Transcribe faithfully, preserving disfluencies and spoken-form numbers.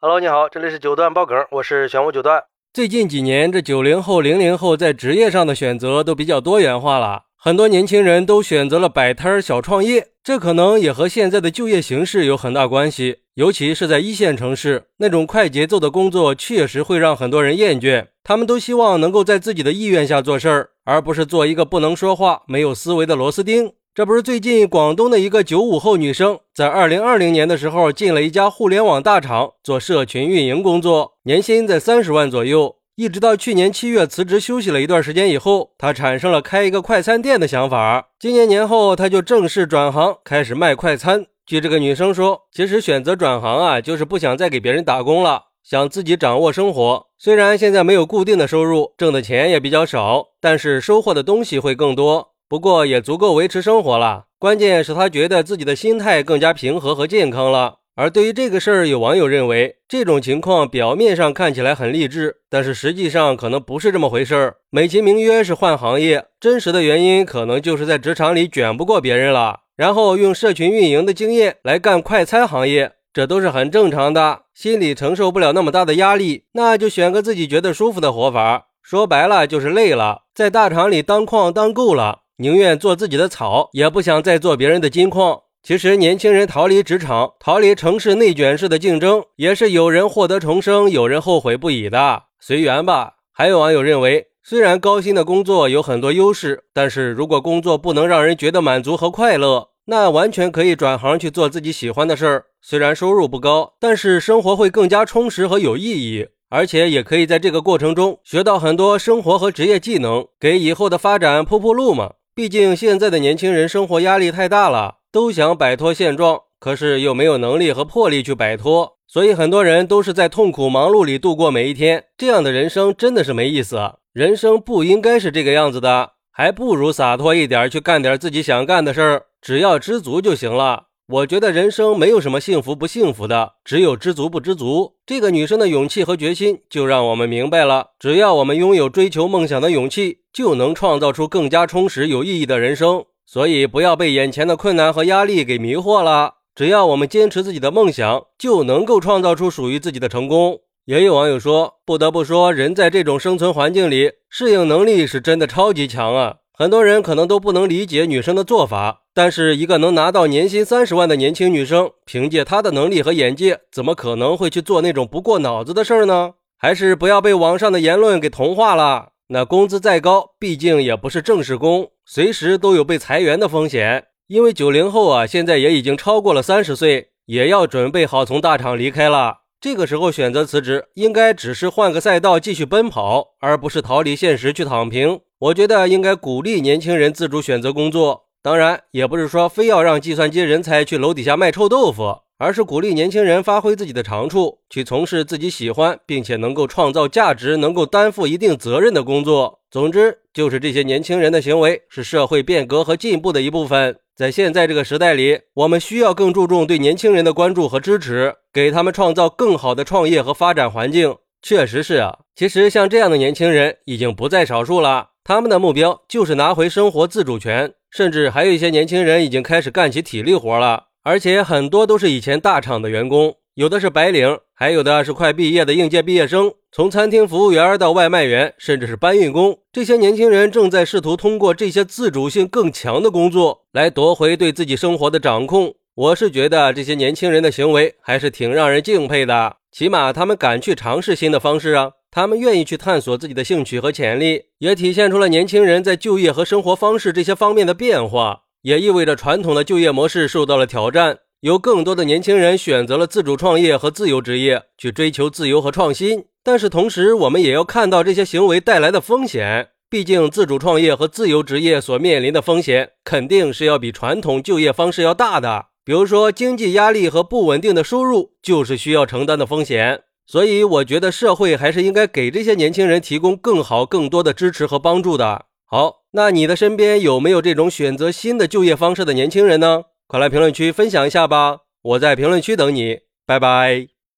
Hello， 你好，这里是九段爆梗，我是玄武九段。最近几年，这九零后、零零后在职业上的选择都比较多元化了，很多年轻人都选择了摆摊小创业，这可能也和现在的就业形势有很大关系。尤其是在一线城市，那种快节奏的工作确实会让很多人厌倦，他们都希望能够在自己的意愿下做事儿，而不是做一个不能说话、没有思维的螺丝钉。这不是最近广东的一个九五后女生，在二零二零年的时候进了一家互联网大厂做社群运营工作，年薪在三十万左右。一直到去年七月辞职休息了一段时间以后，她产生了开一个快餐店的想法。今年年后，她就正式转行，开始卖快餐。据这个女生说，其实选择转行啊，就是不想再给别人打工了，想自己掌握生活。虽然现在没有固定的收入，挣的钱也比较少，但是收获的东西会更多。不过也足够维持生活了，关键是他觉得自己的心态更加平和和健康了。而对于这个事儿，有网友认为这种情况表面上看起来很励志，但是实际上可能不是这么回事儿。美其名曰是换行业，真实的原因可能就是在职场里卷不过别人了，然后用社群运营的经验来干快餐行业，这都是很正常的。心里承受不了那么大的压力，那就选个自己觉得舒服的活法。说白了就是累了，在大厂里当矿当够了，宁愿做自己的草，也不想再做别人的金矿。其实年轻人逃离职场，逃离城市内卷式的竞争，也是有人获得重生，有人后悔不已的，随缘吧。还有网友认为，虽然高薪的工作有很多优势，但是如果工作不能让人觉得满足和快乐，那完全可以转行去做自己喜欢的事儿。虽然收入不高，但是生活会更加充实和有意义，而且也可以在这个过程中学到很多生活和职业技能，给以后的发展铺铺路嘛。毕竟现在的年轻人生活压力太大了，都想摆脱现状，可是又没有能力和魄力去摆脱，所以很多人都是在痛苦忙碌里度过每一天，这样的人生真的是没意思，人生不应该是这个样子的，还不如洒脱一点，去干点自己想干的事儿，只要知足就行了。我觉得人生没有什么幸福不幸福的，只有知足不知足。这个女生的勇气和决心就让我们明白了，只要我们拥有追求梦想的勇气，就能创造出更加充实有意义的人生。所以不要被眼前的困难和压力给迷惑了，只要我们坚持自己的梦想，就能够创造出属于自己的成功。也有网友说，不得不说，人在这种生存环境里，适应能力是真的超级强啊。很多人可能都不能理解女生的做法，但是一个能拿到年薪三十万的年轻女生，凭借她的能力和眼界，怎么可能会去做那种不过脑子的事儿呢？还是不要被网上的言论给同化了。那工资再高，毕竟也不是正式工，随时都有被裁员的风险。因为九零后啊，现在也已经超过了三十岁，也要准备好从大厂离开了。这个时候选择辞职，应该只是换个赛道继续奔跑，而不是逃离现实去躺平。我觉得应该鼓励年轻人自主选择工作，当然也不是说非要让计算机人才去楼底下卖臭豆腐，而是鼓励年轻人发挥自己的长处，去从事自己喜欢并且能够创造价值、能够担负一定责任的工作。总之，就是这些年轻人的行为是社会变革和进步的一部分。在现在这个时代里，我们需要更注重对年轻人的关注和支持，给他们创造更好的创业和发展环境。确实是啊，其实像这样的年轻人已经不在少数了，他们的目标就是拿回生活自主权，甚至还有一些年轻人已经开始干起体力活了，而且很多都是以前大厂的员工，有的是白领，还有的是快毕业的应届毕业生，从餐厅服务员到外卖员，甚至是搬运工。这些年轻人正在试图通过这些自主性更强的工作来夺回对自己生活的掌控。我是觉得这些年轻人的行为还是挺让人敬佩的，起码他们敢去尝试新的方式啊，他们愿意去探索自己的兴趣和潜力，也体现出了年轻人在就业和生活方式这些方面的变化，也意味着传统的就业模式受到了挑战，有更多的年轻人选择了自主创业和自由职业，去追求自由和创新。但是同时我们也要看到这些行为带来的风险，毕竟自主创业和自由职业所面临的风险肯定是要比传统就业方式要大的，比如说经济压力和不稳定的收入就是需要承担的风险。所以我觉得社会还是应该给这些年轻人提供更好更多的支持和帮助的。好，那你的身边有没有这种选择新的就业方式的年轻人呢？快来评论区分享一下吧，我在评论区等你，拜拜。